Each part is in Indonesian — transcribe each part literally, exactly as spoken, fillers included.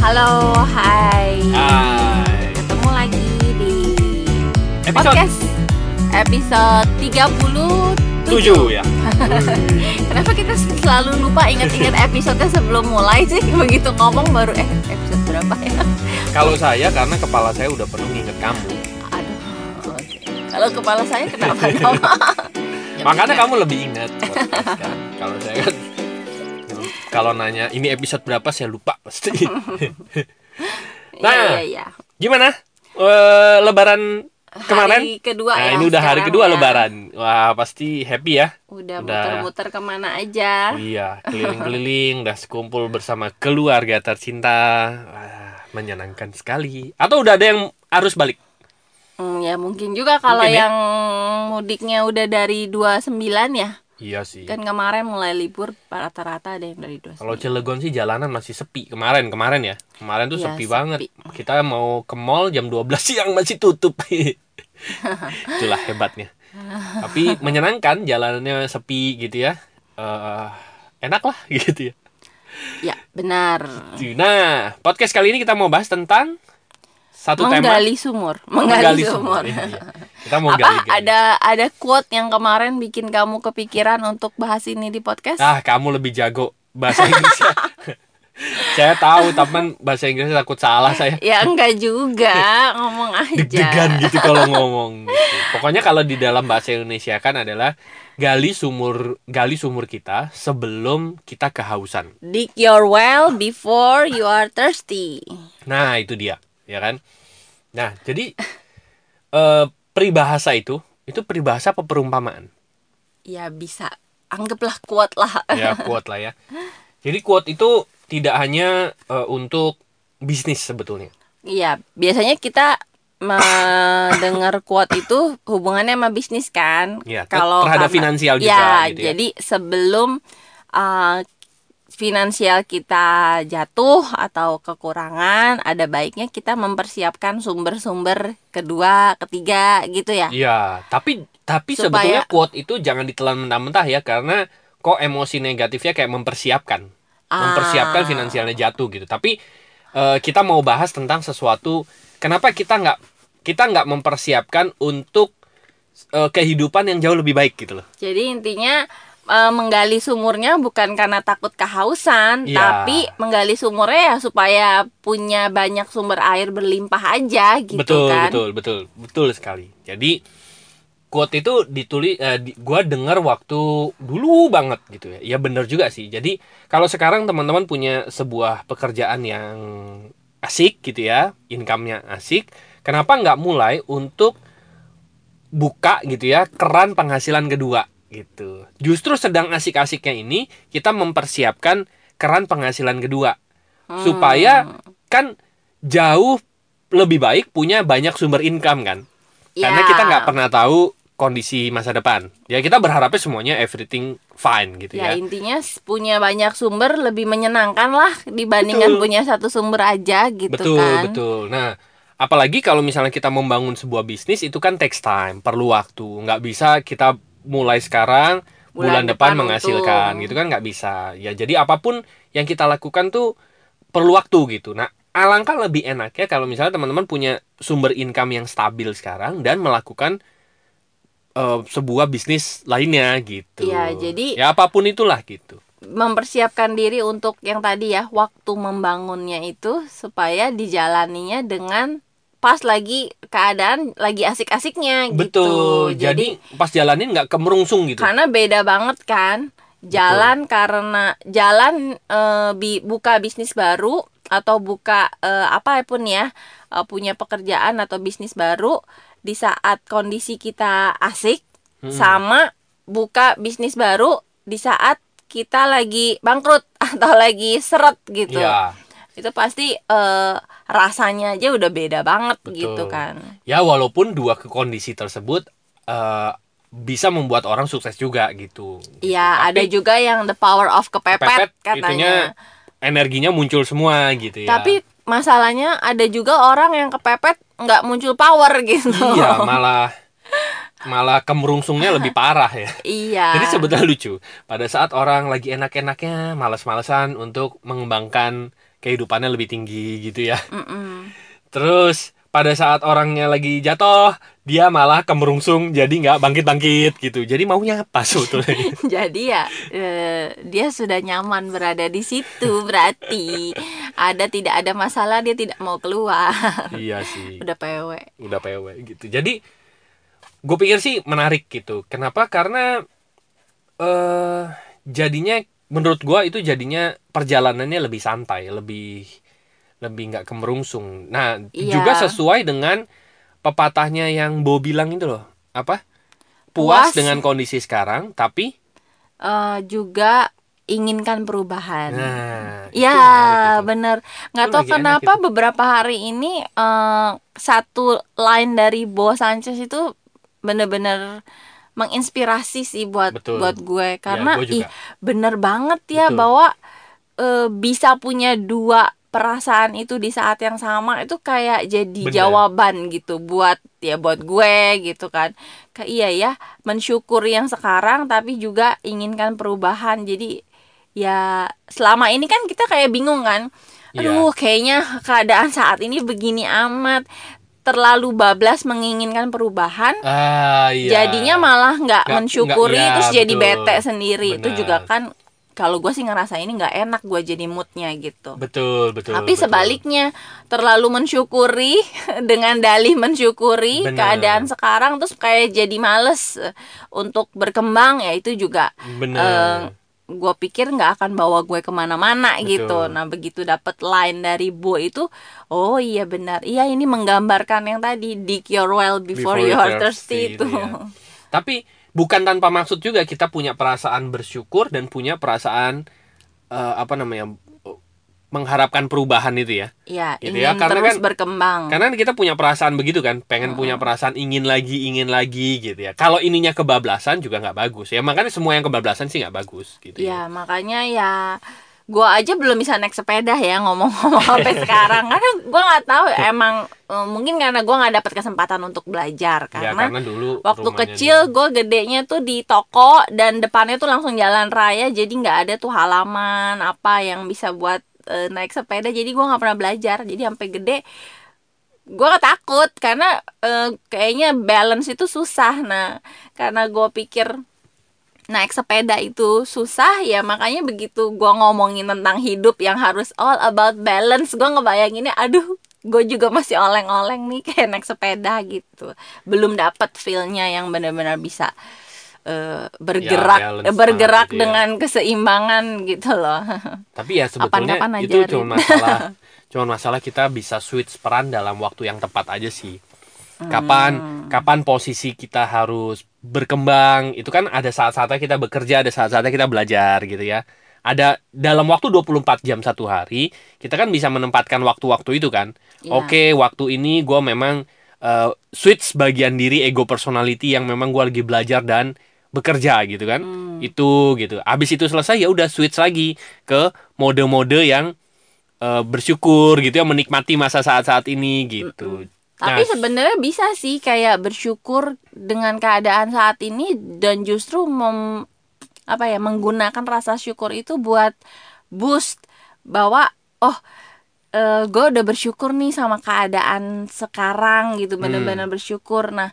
Halo, hai. Hai. Ketemu lagi di Episode podcast episode tiga puluh tujuh. tujuh ya. Kenapa kita selalu lupa ingat-ingat episode sebelum mulai sih? Begitu ngomong baru eh episode berapa ya? Kalau saya karena kepala saya udah penuh nginget kamu. Aduh. Oke. Kalau kepala saya kenapa dong? Makanya kamu lebih ingat podcast kan. Kalau saya kan kalau nanya ini episode berapa saya lupa pasti. Nah, iya, iya, iya. gimana? Uh, lebaran kemarin? Hari kedua nah, ya. ini udah hari kedua ya. Lebaran. Wah, pasti happy ya. Udah, Udah. muter-muter kemana aja. Iya, keliling-keliling, udah sekumpul bersama keluarga tercinta. Wah, menyenangkan sekali. Atau udah ada yang harus balik? Hmm, ya mungkin juga kalau Mungkin, ya? yang mudiknya udah dari dua puluh sembilan ya. Iya sih. Kan kemarin mulai libur rata-rata ada yang dari dua puluh sembilan. Kalau Cilegon sih jalanan masih sepi kemarin kemarin ya. Kemarin tuh Ya, sepi, sepi banget. Kita mau ke mall jam dua belas siang masih tutup. Itulah hebatnya. Tapi menyenangkan jalanannya sepi gitu ya. Uh, enak lah gitu ya. Ya, benar. Nah, podcast kali ini kita mau bahas tentang satu Menggali tema. sumur, menggali, sumur. Iya, iya. Kita mau Apa gali-gali. ada ada quote yang kemarin bikin kamu kepikiran untuk bahas ini di podcast? Ah, kamu lebih jago bahasa Inggris. Saya tahu, teman bahasa Inggris takut salah saya. Ya enggak juga, ngomong aja. Deg-degan gitu kalau ngomong gitu. Pokoknya kalau di dalam bahasa Indonesia kan adalah gali sumur gali sumur kita sebelum kita kehausan. Dig your well before you are thirsty. Nah, itu dia, ya kan? Nah, jadi eh, peribahasa itu itu peribahasa apa perumpamaan? Ya bisa, anggaplah quote lah. Ya, quote lah ya. Jadi quote itu tidak hanya uh, untuk bisnis sebetulnya. Iya, biasanya kita mendengar quote itu hubungannya sama bisnis kan. Ya, Kalau terhadap karena- finansial juga ya, gitu ya. jadi sebelum uh, finansial kita jatuh atau kekurangan, ada baiknya kita mempersiapkan sumber-sumber kedua, ketiga gitu ya. Iya, tapi tapi Supaya- sebetulnya quote itu jangan ditelan mentah-mentah ya, karena kok emosi negatifnya kayak mempersiapkan. Mempersiapkan Ah. finansialnya jatuh gitu. Tapi eh, kita mau bahas tentang sesuatu, kenapa kita nggak kita nggak mempersiapkan untuk eh, kehidupan yang jauh lebih baik gitu loh. Jadi intinya uh, menggali sumurnya bukan karena takut kehausan, Iya. tapi menggali sumurnya ya supaya punya banyak sumber air berlimpah aja gitu betul, kan. betul, betul, betul sekali. Jadi quote itu ditulis, eh, di, gue dengar waktu dulu banget gitu ya. Ya benar juga sih. Jadi kalau sekarang teman-teman punya sebuah pekerjaan yang asik gitu ya, income-nya asik, kenapa nggak mulai untuk buka gitu ya keran penghasilan kedua gitu. Justru sedang asik-asiknya ini kita mempersiapkan keran penghasilan kedua Hmm. supaya kan jauh lebih baik punya banyak sumber income kan. Karena Ya. kita nggak pernah tahu kondisi masa depan. Ya kita berharapnya semuanya everything fine gitu Ya ya. intinya s- punya banyak sumber lebih menyenangkan lah dibandingkan Betul. punya satu sumber aja gitu Betul, kan. betul. Nah, apalagi kalau misalnya kita membangun sebuah bisnis itu kan takes time, perlu waktu. Nggak bisa kita mulai sekarang, bulan, Bulan depan, depan menghasilkan untung. gitu kan nggak bisa. Ya jadi apapun yang kita lakukan tuh perlu waktu gitu. Nah, alangkah lebih enaknya kalau misalnya teman-teman punya sumber income yang stabil sekarang dan melakukan eh, sebuah bisnis lainnya gitu. Iya, jadi- ya apapun itulah gitu. Mempersiapkan diri untuk yang tadi ya, waktu membangunnya itu supaya dijalaninya dengan pas lagi keadaan lagi asik-asiknya gitu. Betul. Jadi, pas jalanin nggak kemerungsung gitu. karena beda banget kan jalan karena jalan eh, bi- buka bisnis baru atau buka eh, apa pun ya, eh, punya pekerjaan atau bisnis baru di saat kondisi kita asik, Hmm. sama buka bisnis baru di saat kita lagi bangkrut atau lagi seret gitu. Ya. Itu pasti eh, rasanya aja udah beda banget. Betul. Gitu kan. Ya walaupun dua ke kondisi tersebut eh, bisa membuat orang sukses juga gitu. Iya, ada Tapi juga yang the power of kepepet, kepepet katanya. itunya energinya muncul semua gitu ya. Tapi masalahnya ada juga orang yang kepepet nggak muncul power gitu. iya malah malah kemerungsungnya lebih parah ya. Iya. Jadi sebetulnya lucu. Pada saat orang lagi enak-enaknya, malas-malesan untuk mengembangkan kehidupannya lebih tinggi gitu ya. Mm-mm. Terus pada saat orangnya lagi jatuh, dia malah kemerungsung jadi nggak bangkit-bangkit gitu. Jadi maunya apa sebetulnya? Jadi ya eh, dia sudah nyaman berada di situ, berarti ada tidak ada masalah dia tidak mau keluar. Iya sih, Udah P W. udah P W gitu. Jadi gue pikir sih menarik gitu. Kenapa? Karena eh jadinya menurut gue itu jadinya perjalanannya lebih santai, lebih lebih nggak kemerungsung. Nah, juga Iya, sesuai dengan pepatahnya yang Bo bilang itu loh. Apa? Puas puas dengan kondisi sekarang, tapi eh, juga inginkan perubahan. nah, Ya, itu menarik itu. bener. Itu Nggak tahu lagi enak kenapa itu. beberapa hari ini eh, satu line dari Bo Sanchez itu bener-bener menginspirasi sih buat buat Betul. gue Ya, karena gue ih juga. bener banget ya Betul. bahwa eh, bisa punya dua perasaan itu di saat yang sama itu kayak jadi Bener. jawaban gitu buat ya buat gue gitu kan. Kayak iya ya, mensyukuri yang sekarang tapi juga inginkan perubahan. Jadi ya selama ini kan kita kayak bingung kan. Aduh, Iya. kayaknya keadaan saat ini begini amat, terlalu bablas menginginkan perubahan, Ah, iya. jadinya malah nggak Nggak, nggak, ya mensyukuri terus jadi betul. bete sendiri. Itu juga Benar. kan kalau gue sih ngerasa ini nggak enak gue jadi moodnya gitu. Betul, betul, Tapi betul. sebaliknya terlalu mensyukuri dengan dalih mensyukuri keadaan Benar. sekarang terus kayak jadi males eh, untuk berkembang, ya itu juga eh, Benar. gue pikir nggak akan bawa gue kemana-mana gitu. Betul. Nah begitu dapet line dari Bo itu, oh iya benar, iya ini menggambarkan yang tadi dig your well before Before you you're thirsty thirsty itu. itu ya. Tapi bukan tanpa maksud juga kita punya perasaan bersyukur dan punya perasaan eh, apa namanya mengharapkan perubahan itu ya. Ya Gitu ya. ingin Karena terus kan berkembang. karena kita punya perasaan begitu kan, pengen punya Mm-mm. perasaan ingin lagi, ingin lagi gitu ya. Kalau ininya kebablasan juga nggak bagus ya. Makanya semua yang kebablasan sih nggak bagus gitu ya. Ya makanya ya gua aja belum bisa naik sepeda ya ngomong-ngomong sampai sekarang karena gua nggak tahu emang eh, mungkin karena gua nggak dapat kesempatan untuk belajar Ya karena karena dulu waktu rumahnya di kecil gua gedenya tuh di toko dan depannya tuh langsung jalan raya jadi nggak ada tuh halaman apa yang bisa buat eh, naik sepeda jadi gua nggak pernah belajar jadi sampai gede gua takut karena eh, kayaknya balance itu susah. Nah karena gua pikir naik sepeda itu susah ya makanya begitu gue ngomongin tentang hidup yang harus all about balance gue ngebayanginnya aduh gue juga masih oleng-oleng nih kayak naik sepeda gitu, belum dapat feelnya yang benar-benar bisa eh, ya bergerak eh, balance banget bergerak itu ya. dengan keseimbangan gitu loh. Tapi ya sebetulnya Kapan-kapan itu ajarin. cuma masalah cuma masalah kita bisa switch peran dalam waktu yang tepat aja sih. Kapan hmm, kapan posisi kita harus berkembang, itu kan ada saat-saatnya kita bekerja, ada saat-saatnya kita belajar gitu ya. Ada dalam waktu dua puluh empat jam satu hari, kita kan bisa menempatkan waktu-waktu itu kan. ya Oke, waktu ini gue memang eh, switch bagian diri ego personality yang memang gue lagi belajar dan bekerja gitu kan. hmm. Itu gitu. Habis itu selesai ya udah switch lagi ke mode-mode yang eh, bersyukur gitu ya, menikmati masa saat-saat ini gitu. Mm-mm. Tapi Nah, sebenarnya bisa sih kayak bersyukur dengan keadaan saat ini dan justru mem, apa ya menggunakan rasa syukur itu buat boost bahwa oh eh, gue udah bersyukur nih sama keadaan sekarang gitu bener-bener hmm, bersyukur. Nah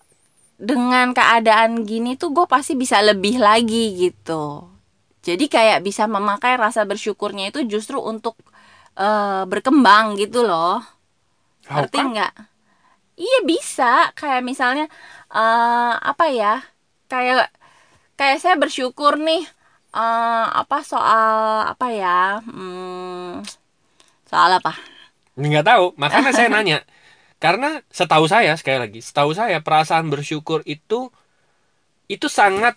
dengan keadaan gini tuh gue pasti bisa lebih lagi gitu. Jadi kayak bisa memakai rasa bersyukurnya itu justru untuk eh, berkembang gitu loh. how Ngerti come? nggak? Iya bisa, kayak misalnya eh apa ya? Kayak kayak saya bersyukur nih eh apa soal apa ya? Hmm, soal apa? Nggak tahu, makanya saya nanya. Karena setahu saya, sekali lagi, setahu saya perasaan bersyukur itu itu sangat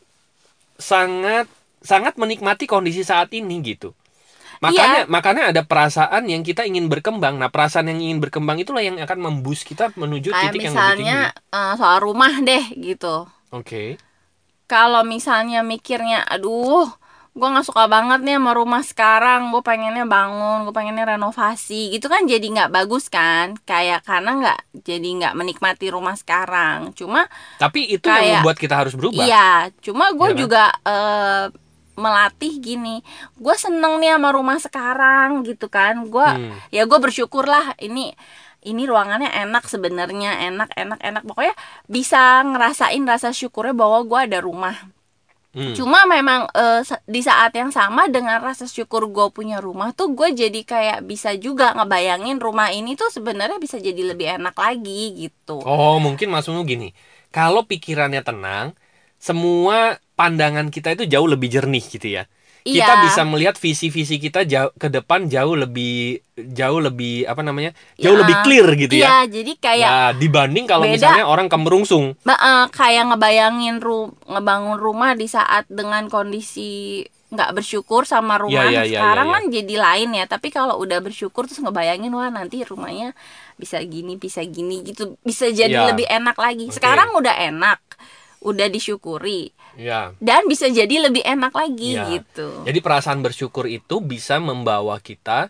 sangat sangat menikmati kondisi saat ini gitu. Makanya Iya, makanya ada perasaan yang kita ingin berkembang. Nah, perasaan yang ingin berkembang itulah yang akan memboost kita menuju kayak titik yang lebih tinggi. misalnya eh, soal rumah deh gitu. Oke. Kalau misalnya mikirnya, aduh, gue nggak suka banget nih sama rumah sekarang, gue pengennya bangun, gue pengennya renovasi, gitu kan jadi nggak bagus kan? Kayak karena nggak jadi nggak menikmati rumah sekarang. Cuma Tapi itu yang kayak membuat kita harus berubah, iya, cuma gue ya kan? juga eh, melatih gini, gue seneng nih sama rumah sekarang gitu kan, gue Hmm. ya gue bersyukur lah ini ini ruangannya enak sebenarnya, enak enak enak pokoknya bisa ngerasain rasa syukurnya bahwa gue ada rumah. Hmm. Cuma memang eh, sa- di saat yang sama dengan rasa syukur gue punya rumah tuh gue jadi kayak bisa juga ngebayangin rumah ini tuh sebenarnya bisa jadi lebih enak lagi gitu. Oh, mungkin Mas Unu gini. Kalau pikirannya tenang, semua pandangan kita itu jauh lebih jernih gitu ya. Kita bisa Iya, melihat visi-visi kita jauh ke depan jauh lebih jauh lebih apa namanya? ya, Jauh lebih clear gitu ya. iya jadi kayak Ya, dibanding kalau beda. misalnya orang kemerungsung. Ba- eh, kayak ngebayangin ru ngebangun rumah di saat dengan kondisi nggak bersyukur sama Ya, rumah ya, ya, ya, sekarang ya. kan jadi lain ya. Tapi kalau udah bersyukur terus ngebayangin wah nanti rumahnya bisa gini bisa gini gitu, bisa jadi Ya, lebih enak lagi. oke. Sekarang udah enak, udah disyukuri Ya, dan bisa jadi lebih enak lagi ya. gitu. Jadi perasaan bersyukur itu bisa membawa kita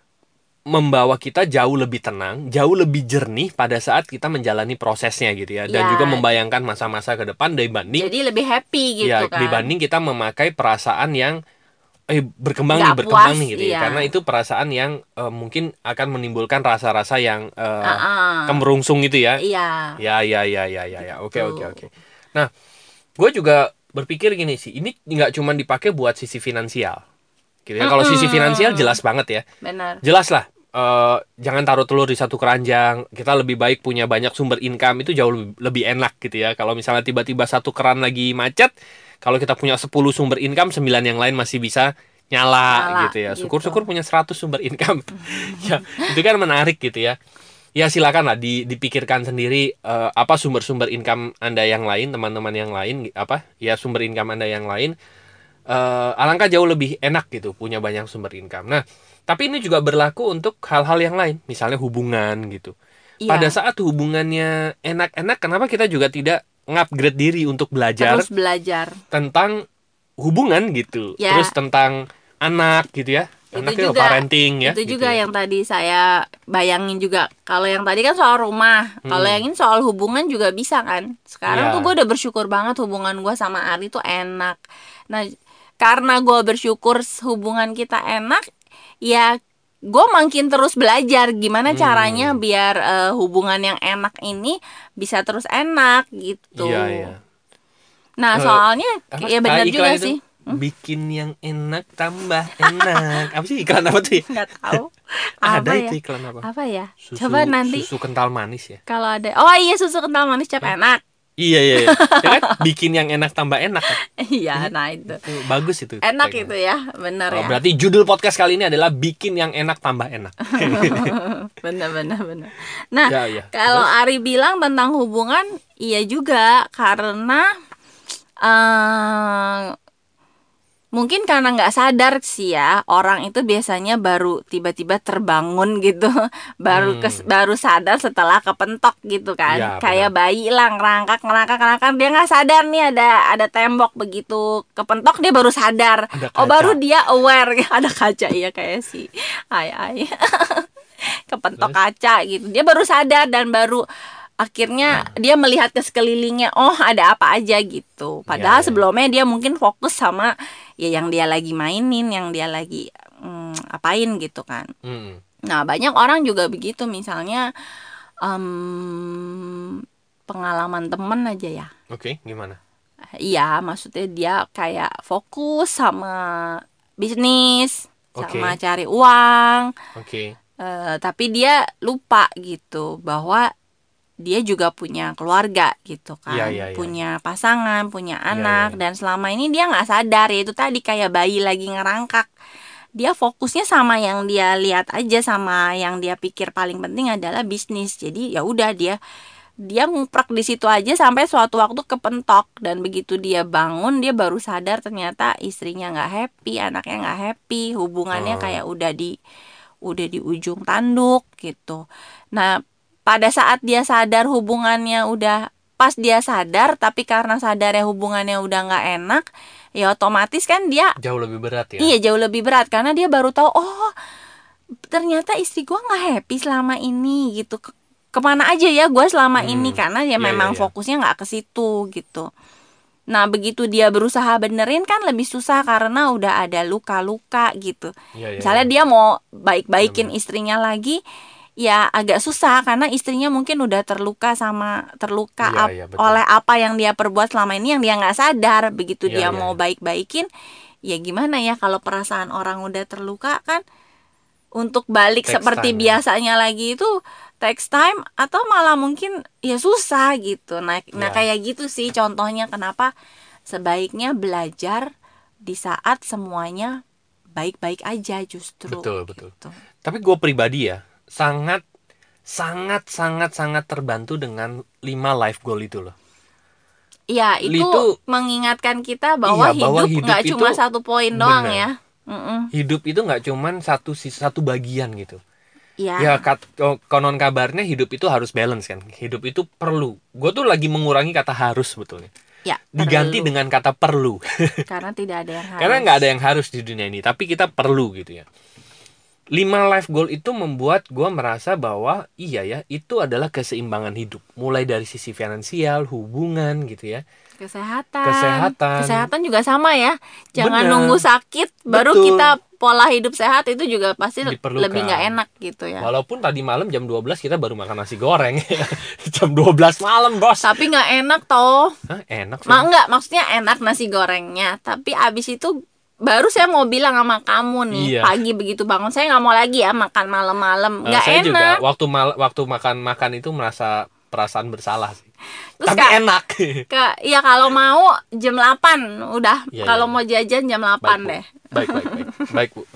membawa kita jauh lebih tenang, jauh lebih jernih pada saat kita menjalani prosesnya gitu ya, dan juga Ya, membayangkan masa-masa ke depan dibanding jadi lebih happy ya gitu kan. dibanding kita memakai perasaan yang eh berkembang nih Nggak berkembang puas, nih gitu ya, karena iya. itu perasaan yang eh, mungkin akan menimbulkan rasa-rasa yang eh, Ah, kemerungsung gitu ya. iya Ya ya ya ya ya ya. Oke oke gitu. oke. Nah, gue juga berpikir gini sih, ini nggak cuma dipakai buat sisi finansial gitu ya. Kalau sisi finansial Mm-mm. jelas banget ya. Benar. Jelas lah, eh, jangan taruh telur di satu keranjang. Kita lebih baik punya banyak sumber income, itu jauh lebih, lebih enak gitu ya. Kalau misalnya tiba-tiba satu keran lagi macet, kalau kita punya sepuluh sumber income, sembilan yang lain masih bisa nyala Nyala gitu ya. gitu. Syukur-syukur punya seratus sumber income. Ya, itu kan menarik gitu ya. Ya silakan lah di- dipikirkan sendiri, eh, apa sumber-sumber income Anda yang lain, teman-teman yang lain apa? Ya sumber income Anda yang lain, eh, alangkah jauh lebih enak gitu punya banyak sumber income. Nah, tapi ini juga berlaku untuk hal-hal yang lain, misalnya hubungan gitu. Pada Iya, saat hubungannya enak-enak, kenapa kita juga tidak ngupgrade diri untuk belajar terus belajar. tentang hubungan gitu, terus Ya, tentang anak gitu ya, itu anaknya juga parenting ya itu gitu juga ya. yang tadi saya bayangin juga. Kalau yang tadi kan soal rumah, kalau Hmm, yang ini soal hubungan juga bisa kan. Sekarang tuh gue iya, udah bersyukur banget hubungan gue sama Ari tuh enak. Nah, karena gue bersyukur hubungan kita enak, ya gue makin terus belajar gimana caranya hmm, biar eh, hubungan yang enak ini bisa terus enak iya iya. gitu. Nah, Eh, soalnya apa ya ah, benar iklan juga itu sih. Hmm? bikin yang enak tambah enak. Apa sih iklan apa tuh ya? Nggak tahu Ada apa itu ya. iklan apa? Apa ya? Coba Susu nanti susu kental manis ya. kalau ada. Oh iya, susu kental manis cap Hah? enak. Iya iya iya. Ya kan bikin yang enak tambah enak kan. Iya, Iya, nah itu. itu bagus itu Enak itu tagline. ya, bener Oh, ya. berarti judul podcast kali ini adalah bikin yang enak tambah enak. Bener bener bener. Nah, Ya ya. kalau Terus? Ari bilang tentang hubungan, iya juga karena eh mungkin karena nggak sadar sih ya, orang itu biasanya baru tiba-tiba terbangun gitu, baru kes, Hmm, baru sadar setelah kepentok gitu kan, ya kayak benar. bayi lah ngerangkak ngerangkak ngerangkak dia nggak sadar nih ada ada tembok, begitu kepentok dia baru sadar, Ada oh kaca. baru dia aware ada kaca, iya kayak si ay ay kepentok Terus? kaca gitu, dia baru sadar dan baru akhirnya Ah, dia melihat ke sekelilingnya, oh ada apa aja gitu, ya padahal ya ya. sebelumnya dia mungkin fokus sama ya yang dia lagi mainin, yang dia lagi hmm, apain gitu kan. Hmm. Nah banyak orang juga begitu, misalnya em, pengalaman temen aja ya, Oke, gimana? iya maksudnya dia kayak fokus sama bisnis, sama Oke. cari uang, Oke. eh, tapi dia lupa gitu bahwa dia juga punya keluarga gitu Iya kan, iya iya iya. punya pasangan, punya Iya iya anak, iya. dan selama ini dia nggak sadar ya itu tadi kayak bayi lagi ngerangkak, dia fokusnya sama yang dia lihat aja, sama yang dia pikir paling penting adalah bisnis, jadi ya udah dia dia nguprak di situ aja sampai suatu waktu kepentok, dan begitu dia bangun dia baru sadar ternyata istrinya nggak happy, anaknya nggak happy, hubungannya Oh, kayak udah di udah di ujung tanduk gitu. Nah, pada saat dia sadar hubungannya udah pas dia sadar, tapi karena sadarnya hubungannya udah nggak enak, ya otomatis kan dia jauh lebih berat ya. iya jauh lebih berat karena dia baru tahu, oh ternyata istri gue nggak happy selama ini gitu. Kemana aja ya gue selama ini, Hmm. karena ya Iya iya memang iya. fokusnya nggak ke situ gitu. Nah, begitu dia berusaha benerin kan lebih susah karena udah ada luka-luka gitu. Iya, iya, Misalnya iya. dia mau baik-baikin Benar-benar. istrinya lagi, ya agak susah karena istrinya mungkin udah terluka sama terluka Iya, ap- iya, betul. oleh apa yang dia perbuat selama ini yang dia nggak sadar. Begitu Iya, dia iya, mau iya. baik-baikin, ya gimana ya kalau perasaan orang udah terluka kan untuk balik Text seperti time ya. biasanya lagi itu takes time atau malah mungkin ya susah gitu. Nah, nah Iya, kayak gitu sih contohnya kenapa sebaiknya belajar di saat semuanya baik-baik aja justru betul, betul. gitu. Tapi gue pribadi ya, sangat sangat sangat sangat terbantu dengan lima life goal itu loh. Ya, itu Itu mengingatkan kita bahwa iya, bahwa hidup hidup nggak itu cuma satu poin doang bener. ya. Mm-mm. Hidup itu nggak cuman satu sis- satu bagian gitu. Ya Ya, kat, konon kabarnya hidup itu harus balance kan. Hidup itu perlu. Gue tuh lagi mengurangi kata harus sebetulnya. ya Diganti perlu dengan kata perlu. karena tidak ada yang Karena nggak ada harus. yang harus di dunia ini, tapi kita perlu gitu ya. Lima life goal itu membuat gue merasa bahwa iya ya, itu adalah keseimbangan hidup. Mulai dari sisi finansial, hubungan gitu ya. Kesehatan, Kesehatan, kesehatan juga sama ya. Jangan nunggu bener, sakit baru betul, kita pola hidup sehat itu juga pasti lebih nggak diperlukan. enak gitu ya. Walaupun tadi malam jam dua belas kita baru makan nasi goreng. Jam dua belas malam, bos. Tapi nggak enak toh. Hah, enak, Ma Vin. nggak maksudnya enak nasi gorengnya. Tapi abis itu baru saya mau bilang sama kamu nih Iya. pagi begitu bangun saya nggak mau lagi ya makan malam-malam Eh, nggak saya juga enak. waktu mal waktu makan-makan itu merasa perasaan bersalah sih. Terus Tapi kak enak. Kak, ya kalau mau jam delapan udah. Iya, iya, Kalau iya. mau jajan jam Baik, delapan Bu. deh. Baik, baik, baik. Baik, Bu.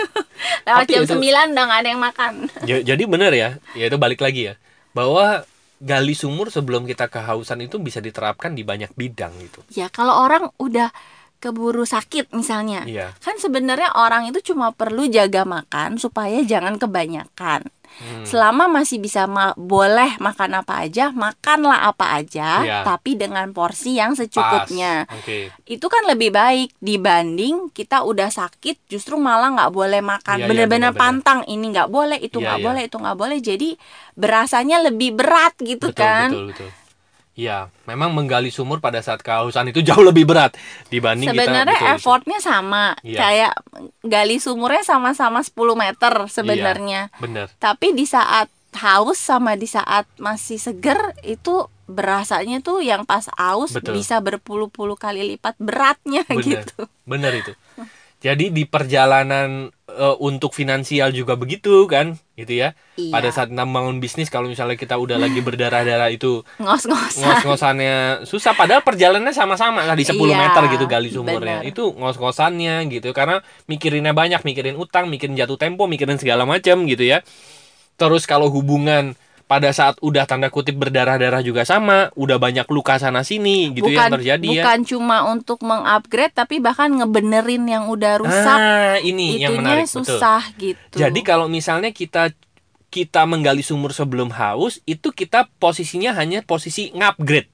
Lewat Tapi jam itu sembilan udah nggak ada yang makan. ja- jadi benar ya. Ya itu balik lagi ya. Bahwa gali sumur sebelum kita kehausan itu bisa diterapkan di banyak bidang gitu. Ya kalau orang udah keburu sakit misalnya, Iya. kan sebenarnya orang itu cuma perlu jaga makan supaya jangan kebanyakan. Hmm. Selama masih bisa ma- boleh makan apa aja, makanlah apa aja, Iya. tapi dengan porsi yang Pas. secukupnya. Oke. Itu kan lebih baik dibanding kita udah sakit justru malah nggak boleh makan. Iya, iya, Bener-bener benar-benar. pantang ini nggak boleh, itu Iya, nggak iya. boleh, itu nggak boleh. Jadi berasanya lebih berat gitu Betul, kan. betul, betul. Ya, memang menggali sumur pada saat kehausan itu jauh lebih berat dibanding kita Sebenarnya betul itu. effortnya sama, Iya. kayak gali sumurnya sama-sama sepuluh meter sebenarnya. Iya, benar. Tapi di saat haus sama di saat masih seger itu berasanya tuh yang pas haus Betul. bisa berpuluh-puluh kali lipat beratnya Benar. gitu. Benar itu. Jadi di perjalanan e, untuk finansial juga begitu kan, gitu ya. Iya. Pada saat membangun bisnis kalau misalnya kita udah lagi berdarah-darah itu Ngos-ngosan. ngos-ngosannya susah, padahal perjalanannya sama-sama tadi sepuluh Iya, meter gitu gali sumurnya. benar. Itu ngos-ngosannya gitu karena mikirinnya banyak, mikirin utang, mikirin jatuh tempo, mikirin segala macam gitu ya. Terus kalau hubungan pada saat udah tanda kutip berdarah-darah juga sama, udah banyak luka sana sini gitu bukan yang terjadi ya. bukan cuma untuk mengupgrade tapi bahkan ngebenerin yang udah rusak. Ah, ini yang Itunya menarik, betul. susah gitu. Jadi kalau misalnya kita kita menggali sumur sebelum haus, itu kita posisinya hanya posisi ngupgrade.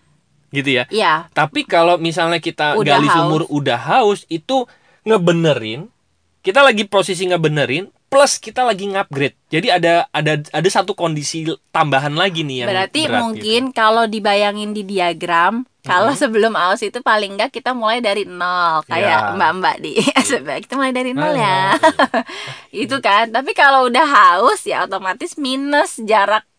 Gitu ya. Iya, Tapi kalau misalnya kita Udah gali haus. sumur udah haus, itu ngebenerin, kita lagi posisi ngebenerin plus kita lagi ngupgrade. Jadi ada ada ada satu kondisi tambahan lagi nih yang berarti berat mungkin gitu. kalau dibayangin di diagram, kalau sebelum aus itu paling enggak kita mulai dari nol kayak Ya. mbak-mbak di S B. Kita mulai dari nol Ah, ya. Itu kan. Tapi kalau udah haus ya otomatis minus jarak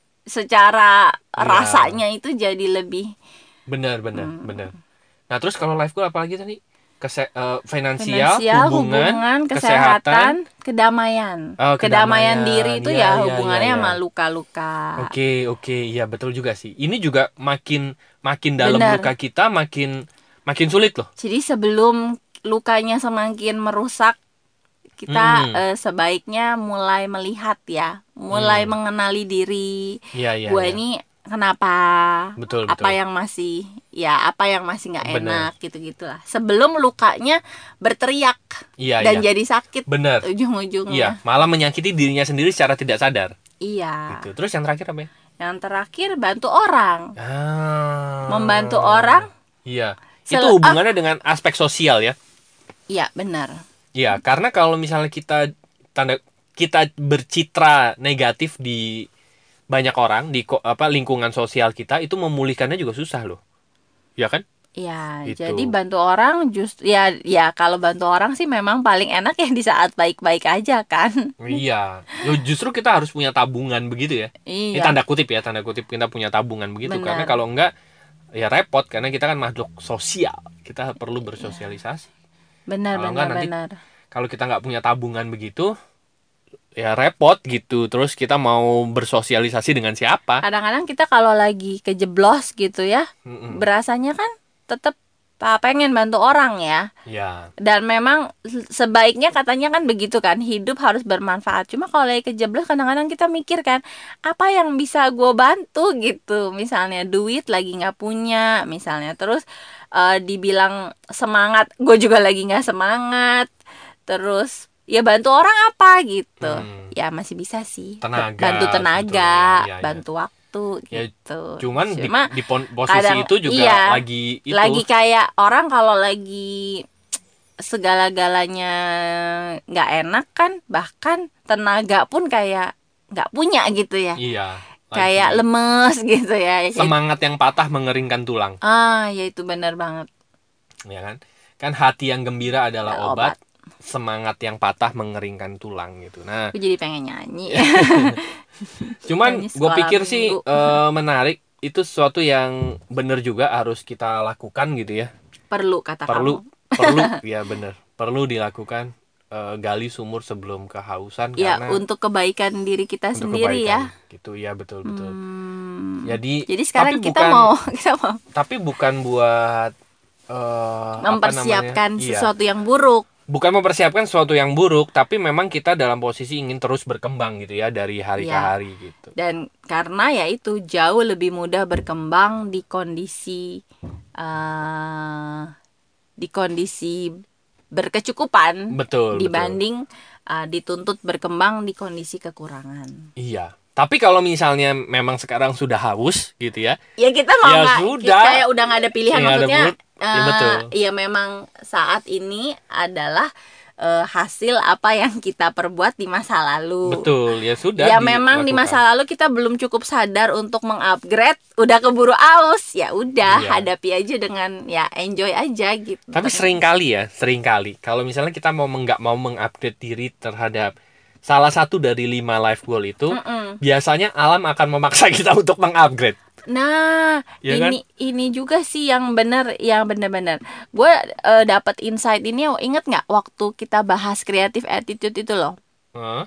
secara Ya. rasanya itu jadi lebih Benar, benar, Hmm. benar. Nah, terus kalau life goal apa lagi tadi? Kese eh, finansial, finansial, hubungan, hubungan, kesehatan. kesehatan, kedamaian. Oh, Kedamaian kedamaian. diri itu Iya, ya iya, hubungannya iya, iya. sama luka-luka. Oke, oke, iya betul juga sih. Ini juga makin makin dalam Benar. luka kita makin makin sulit loh. Jadi sebelum lukanya semakin merusak, kita Hmm. eh, sebaiknya mulai melihat ya, mulai Hmm. mengenali diri. Iya, iya, Gua iya. ini kenapa? Betul, Apa betul. yang masih ya, apa yang masih nggak Benar. enak gitu-gitulah. Sebelum lukanya berteriak Iya, dan iya. jadi sakit Benar. ujung-ujungnya. Iya, malah menyakiti dirinya sendiri secara tidak sadar. Iya. Gitu. Terus yang terakhir apa ya? Yang terakhir bantu orang. Ah. Membantu orang. Iya. Sel- Itu hubungannya dengan aspek sosial ya. Iya, benar. Iya, karena kalau misalnya kita tanda kita bercitra negatif di banyak orang di ko- apa lingkungan sosial kita itu memulihkannya juga susah loh. Ya kan? Ya, Itu. jadi bantu orang just ya ya kalau bantu orang sih memang paling enak ya di saat baik-baik aja kan. Iya, yo justru kita harus punya tabungan begitu ya. Ini Iya, tanda kutip ya, tanda kutip kita punya tabungan begitu. Karena benar. kalau enggak, ya repot. Karena kita kan makhluk sosial. Kita perlu Iya, bersosialisasi. benar Kalau enggak benar nanti, benar. kalau kita nggak punya tabungan begitu, ya repot gitu. Terus kita mau bersosialisasi dengan siapa? Kadang-kadang kita kalau lagi kejeblos gitu ya, Mm-mm. berasanya kan tetap pengen bantu orang ya. Ya, Dan memang sebaiknya katanya kan begitu kan, hidup harus bermanfaat. Cuma kalau lagi kejeblos kadang-kadang kita mikir kan, apa yang bisa gue bantu gitu. Misalnya duit lagi nggak punya, misalnya terus eh, dibilang semangat, gue juga lagi nggak semangat. Terus ya bantu orang apa gitu. hmm, Ya masih bisa sih. Te- bantu tenaga sebetulnya ya. tenaga, Iya, iya. bantu waktu Ya, gitu. cuman di, Cuma di pon- posisi kadang itu juga iya, lagi itu. lagi kayak orang kalau lagi segala-galanya nggak enak kan, bahkan tenaga pun kayak nggak punya gitu ya, Iya, kayak lagi lemes gitu ya. Kayak- semangat yang patah mengeringkan tulang. ah ya itu benar banget. Ya kan? Kan hati yang gembira adalah Adalah obat, obat. semangat yang patah mengeringkan tulang gitu. Nah, Aku jadi pengen nyanyi. cuman Nyanyi gue sekolah pikir sih minggu. eh, menarik itu sesuatu yang bener juga harus kita lakukan gitu ya. Perlu kata Perlu, kamu. perlu, ya bener, perlu dilakukan, eh, gali sumur sebelum kehausan Ya karena untuk kebaikan diri kita untuk sendiri kebaikan ya. gitu ya, betul betul. Hmm, Jadi jadi tapi sekarang kita bukan mau kita mau tapi bukan buat eh, apa namanya? mempersiapkan Iya. sesuatu yang buruk. Bukan mempersiapkan sesuatu yang buruk, tapi memang kita dalam posisi ingin terus berkembang gitu ya dari hari ke Ya, hari gitu. dan karena ya itu jauh lebih mudah berkembang di kondisi eh di kondisi berkecukupan Betul, betul. dibanding eh, dituntut berkembang di kondisi kekurangan. Iya. Tapi kalau misalnya memang sekarang sudah haus gitu ya, Ya kita mau ya nggak, sudah. kayak udah nggak ada pilihan, Ya ada maksudnya bulut. Ya betul. eh, ya memang saat ini adalah eh, hasil apa yang kita perbuat di masa lalu. Betul, ya sudah Ya memang di dilakukan. masa lalu kita belum cukup sadar untuk mengupgrade, udah keburu aus, ya udah Iya. hadapi aja dengan ya enjoy aja gitu. Tapi sering kali ya, sering kali. Kalau misalnya kita mau nggak mau mengupdate diri terhadap salah satu dari lima life goal itu, Mm-mm. biasanya alam akan memaksa kita untuk mengupgrade. Nah, Ya ini ini juga sih yang benar, yang benar-benar. Gue eh, dapat insight ini, oh, inget nggak waktu kita bahas creative attitude itu loh. Hah?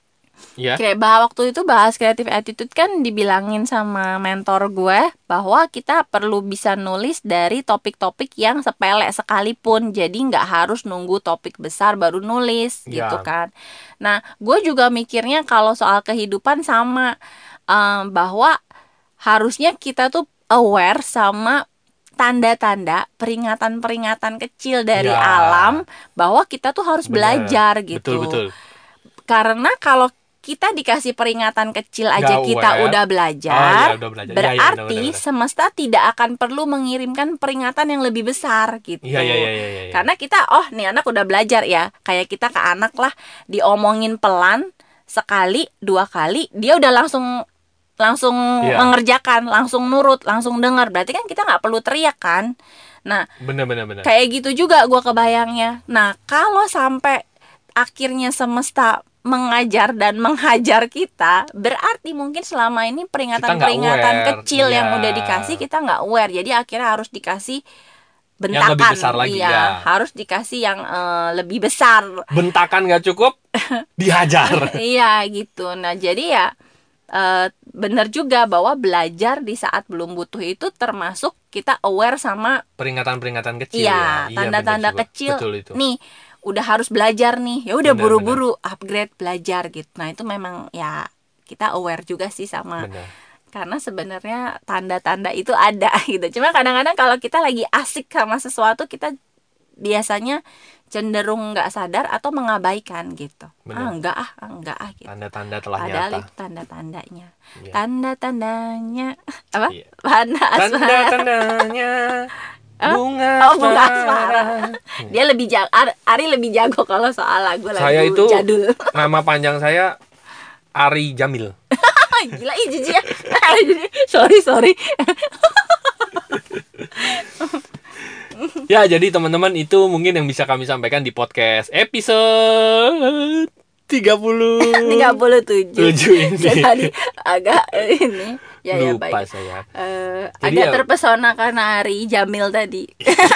Ya. Kayak bah waktu itu bahas creative attitude kan dibilangin sama mentor gue bahwa kita perlu bisa nulis dari topik-topik yang sepele sekalipun. Jadi nggak harus nunggu topik besar baru nulis Ya. gitu kan. Nah, gue juga mikirnya kalau soal kehidupan sama, em, bahwa harusnya kita tuh aware sama tanda-tanda peringatan-peringatan kecil dari Ya. alam bahwa kita tuh harus Bener. belajar gitu. Betul, betul. Karena kalau kita dikasih peringatan kecil aja Nggak kita aware. udah Oh, belajar, iya, udah belajar. Iya, iya, berarti benar, benar, benar. semesta tidak akan perlu mengirimkan peringatan yang lebih besar gitu. Iya, iya, iya, iya, iya. Karena kita, oh nih anak udah belajar ya, kayak kita ke anak lah, diomongin pelan sekali, dua kali, dia udah langsung langsung Iya. mengerjakan, langsung nurut, langsung dengar. Berarti kan kita nggak perlu teriak kan. Nah, Bener, bener, bener. kayak gitu juga gue kebayangnya. Nah, kalau sampai akhirnya semesta mengajar dan menghajar kita, berarti mungkin selama ini peringatan-peringatan aware. kecil yang Iya. udah dikasih kita nggak aware. Jadi akhirnya harus dikasih bentakan. Yang lebih besar lagi, iya, ya. harus dikasih yang eh, lebih besar. Bentakan nggak cukup, dihajar. Iya gitu. Nah, jadi ya eh, benar juga bahwa belajar di saat belum butuh itu termasuk kita aware sama Peringatan-peringatan kecil iya, ya. Iya, tanda-tanda bener juga. kecil. Betul itu. Nih, udah harus belajar nih. Ya udah Benar, buru-buru upgrade belajar gitu. Nah, itu memang ya kita aware juga sih sama, Benar. karena sebenarnya tanda-tanda itu ada gitu. Cuma kadang-kadang kalau kita lagi asik sama sesuatu, kita biasanya cenderung nggak sadar atau mengabaikan gitu. Benar. Ah, enggak ah, ah, enggak ah gitu. Tanda-tanda telah Padahal nyata. itu tanda-tandanya. Iya. Tanda-tandanya apa? Iya. Tanda asmara. Tanda-tandanya bunga Oh, bunga asmara. asmara. Dia lebih jago, Ari lebih jago kalau soal lagu-lagu Saya itu jadul. nama panjang saya Ari Jamil. Gila, ih jijik ya. sorry sorry. Ya, jadi teman-teman itu mungkin yang bisa kami sampaikan di podcast episode tiga puluh tiga puluh tujuh. tujuh ini. Saya tadi agak eh, ini ya ya Lupa baik. saya. Eh, Jadi agak ya- terpesona karena Ari Jamil tadi.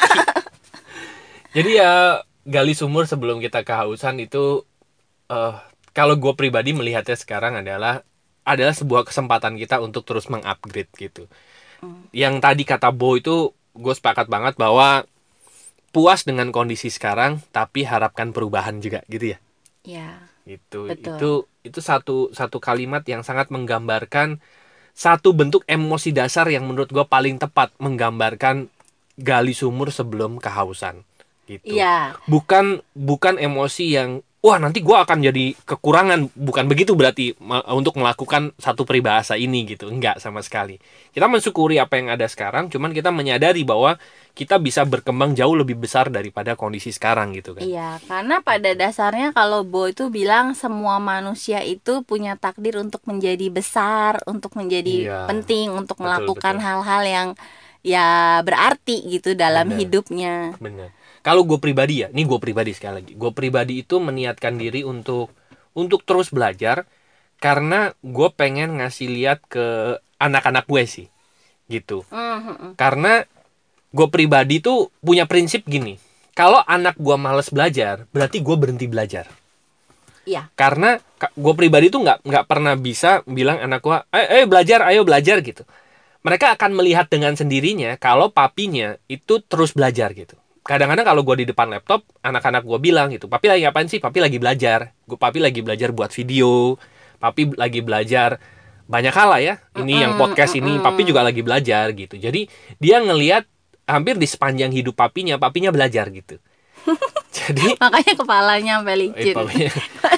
Jadi ya gali sumur sebelum kita kehausan itu eh kalau gue pribadi melihatnya sekarang adalah adalah sebuah kesempatan kita untuk terus mengupgrade gitu. Yang tadi kata Bo itu gue sepakat banget bahwa puas dengan kondisi sekarang tapi harapkan perubahan juga gitu ya. Ya, Itu betul. itu itu satu satu kalimat yang sangat menggambarkan satu bentuk emosi dasar yang menurut gue paling tepat menggambarkan gali sumur sebelum kehausan gitu. Iya. Bukan bukan emosi yang wah nanti gue akan jadi kekurangan, bukan begitu berarti ma- untuk melakukan satu peribahasa ini gitu, enggak sama sekali. Kita mensyukuri apa yang ada sekarang, cuman kita menyadari bahwa kita bisa berkembang jauh lebih besar daripada kondisi sekarang gitu kan. Iya, karena pada dasarnya kalau Bo itu bilang semua manusia itu punya takdir untuk menjadi besar, untuk menjadi Iya, penting, untuk betul, melakukan betul. hal-hal yang ya berarti gitu dalam Benar. hidupnya. Benar. Kalau gue pribadi ya, ini gue pribadi sekali lagi. Gue pribadi itu meniatkan diri untuk untuk terus belajar karena gue pengen ngasih lihat ke anak-anak gue sih, gitu. Mhm. Karena gue pribadi tuh punya prinsip gini. Kalau anak gue males belajar, berarti gue berhenti belajar. Iya. Karena gue pribadi tuh nggak nggak pernah bisa bilang anak gue, ayo, ayo belajar, ayo belajar gitu. Mereka akan melihat dengan sendirinya kalau papinya itu terus belajar gitu. Kadang-kadang kalau gue di depan laptop, anak-anak gue bilang gitu, papi lagi ngapain sih? Papi lagi belajar. Gue papi lagi belajar buat video. Papi lagi belajar banyak hal lah ya. Ini yang Mm-mm, podcast ini, papi mm-mm. juga lagi belajar gitu. Jadi dia ngelihat hampir di sepanjang hidup papinya, papinya belajar gitu. Jadi Makanya kepalanya sampai eh, licin. papinya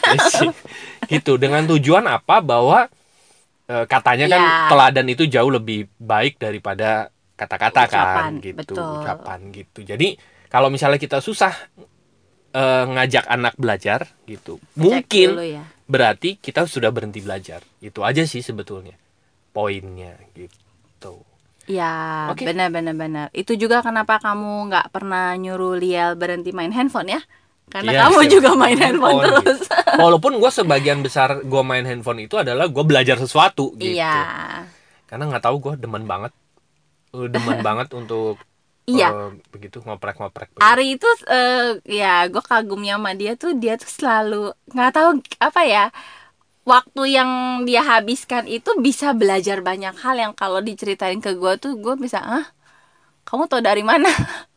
gitu. Dengan tujuan apa? Bahwa eh, katanya kan Ya, teladan itu jauh lebih baik daripada kata-kata kan ucapan, gitu, betul. ucapan gitu. Jadi kalau misalnya kita susah eh, ngajak anak belajar gitu, Cek mungkin dulu ya. berarti kita sudah berhenti belajar. Itu aja sih sebetulnya poinnya gitu. Ya, Oke. benar-benar benar. Itu juga kenapa kamu nggak pernah nyuruh Liel berhenti main handphone ya? Karena Iya, kamu sih, juga main handphone handphone, terus. gitu. Walaupun gue sebagian besar gue main handphone itu adalah gue belajar sesuatu gitu. Iya. Karena nggak tahu gue demen banget, Eh, demen banget untuk Iya, eh, begitu ngoprek-ngoprek begitu. Ari itu eh, ya gue kagumnya sama dia tuh dia tuh selalu nggak tahu apa ya, waktu yang dia habiskan itu bisa belajar banyak hal yang kalau diceritain ke gue tuh gue bisa ah kamu tau dari mana.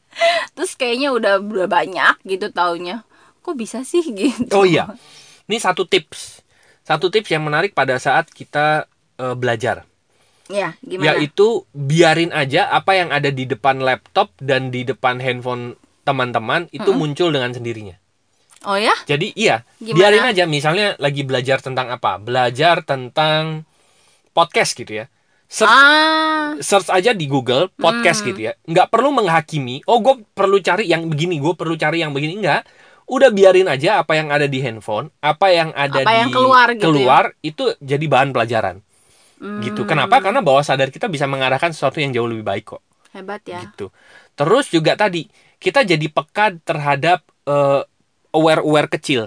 Terus kayaknya udah udah banyak gitu taunya, kok bisa sih gitu. Oh iya, ini satu tips, satu tips yang menarik pada saat kita eh, belajar, Ya gimana? yaitu biarin aja apa yang ada di depan laptop dan di depan handphone teman-teman itu Mm-mm. muncul dengan sendirinya. Oh ya, Jadi iya, gimana? biarin aja. Misalnya lagi belajar tentang apa? Belajar tentang podcast gitu ya. Search, Ah, search aja di Google podcast hmm. gitu ya. Nggak perlu menghakimi. Oh, gue perlu cari yang begini, gue perlu cari yang begini. Enggak. Udah biarin aja apa yang ada di handphone, apa yang ada Apa di yang keluar gitu ya? keluar itu jadi bahan pelajaran. Gitu. Kenapa? Hmm, Karena bawah sadar kita bisa mengarahkan sesuatu yang jauh lebih baik kok. hebat ya. Gitu. Terus juga tadi kita jadi peka terhadap eh, aware-aware kecil.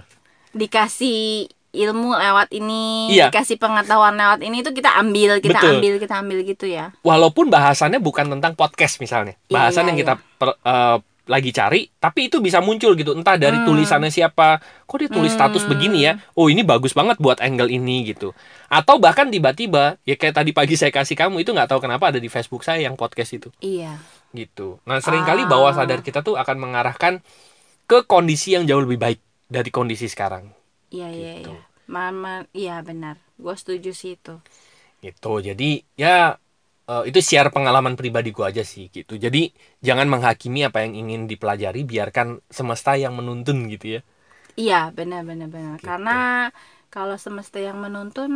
Dikasih ilmu lewat ini, Iya. dikasih pengetahuan lewat ini itu kita ambil, kita Betul. ambil, kita ambil gitu ya. Walaupun bahasannya bukan tentang podcast misalnya, Iya, bahasan iya, yang iya. kita per- eh, lagi cari, tapi itu bisa muncul gitu, entah dari Hmm. tulisannya siapa, kok dia tulis status Hmm. begini ya, oh ini bagus banget buat angle ini gitu, atau bahkan tiba-tiba ya kayak tadi pagi saya kasih kamu itu nggak tahu kenapa ada di Facebook saya yang podcast itu, Iya. gitu. Nah seringkali Ah. bawah sadar kita tuh akan mengarahkan ke kondisi yang jauh lebih baik dari kondisi sekarang, Iya, iya, Gitu. iya. Mama, iya benar. Gue setuju sih itu. gitu. Jadi ya eh, itu share pengalaman pribadi gue aja sih gitu. Jadi jangan menghakimi apa yang ingin dipelajari, biarkan semesta yang menuntun gitu ya. Iya, benar, benar, benar. Gitu. Karena kalau semesta yang menuntun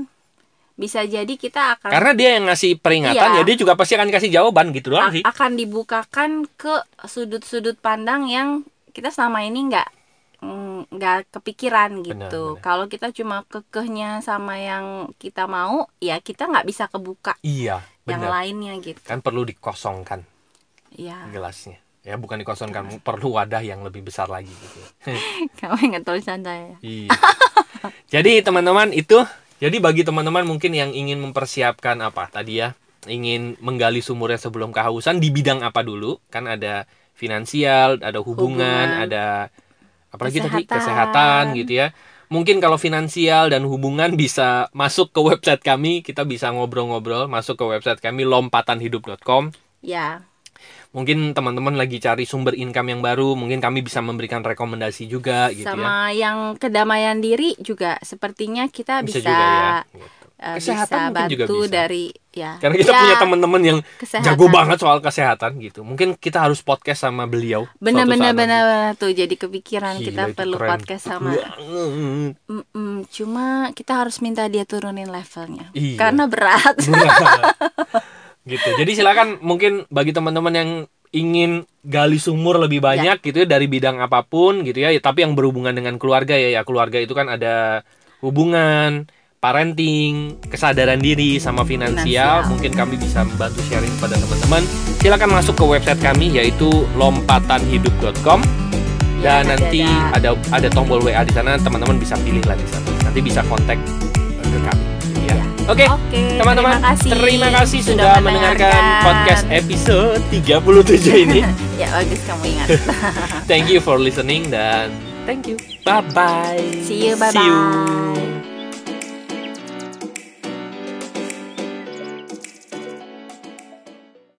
bisa jadi kita akan Karena dia yang ngasih peringatan, Iya. ya dia juga pasti akan kasih jawaban gitu doang a- sih. akan dibukakan ke sudut-sudut pandang yang kita selama ini nggak mm, nggak kepikiran gitu. Benar, benar. Kalau kita cuma kekehnya sama yang kita mau, ya kita nggak bisa kebuka Iya, yang benar. lainnya gitu. Kan perlu dikosongkan Iya. gelasnya. Ya bukan dikosongkan, perlu wadah yang lebih besar lagi gitu. Kamu ingat tulisan saya? Iya. Jadi teman-teman itu, jadi bagi teman-teman mungkin yang ingin mempersiapkan apa tadi ya, ingin menggali sumurnya sebelum kehausan di bidang apa dulu? Kan ada finansial, ada hubungan, Hubungan. ada apalagi tadi Kesehatan. kesehatan gitu ya. Mungkin kalau finansial dan hubungan bisa masuk ke website kami, kita bisa ngobrol-ngobrol, masuk ke website kami lompatan hidup dot com. Ya. Mungkin teman-teman lagi cari sumber income yang baru, mungkin kami bisa memberikan rekomendasi juga gitu ya. Sama yang kedamaian diri juga sepertinya kita Bisa bisa, juga ya. Gitu. uh, Kesehatan bisa mungkin juga bantu bisa. dari ya. Karena kita ya, punya teman-teman yang kesehatan. jago banget soal kesehatan gitu. Mungkin kita harus podcast sama beliau. Bener-bener bener tuh jadi kepikiran. Gila, kita itu perlu keren podcast sama. banget. Mm-mm, cuma kita harus minta dia turunin levelnya. Iya. Karena berat. Berat. Gitu. Jadi silakan mungkin bagi teman-teman yang ingin gali sumur lebih banyak ya. Gitu ya dari bidang apapun gitu ya, tapi yang berhubungan dengan keluarga ya. Ya keluarga itu kan ada hubungan, parenting, kesadaran diri sama finansial. finansial. Mungkin kami bisa membantu sharing pada teman-teman. Silakan masuk ke website kami yaitu lompatan hidup dot com. Dan ya, nanti ada. ada ada tombol W A di sana, teman-teman bisa pilih lah di sana. Nanti bisa kontak ke kami. Ya. Oke, okay. okay, teman-teman, terima kasih, terima kasih sudah, sudah mendengarkan. mendengarkan podcast episode tiga puluh tujuh ini. Ya, bagus kamu ingat. Thank you for listening dan thank you. Bye bye. See you, bye bye. See you.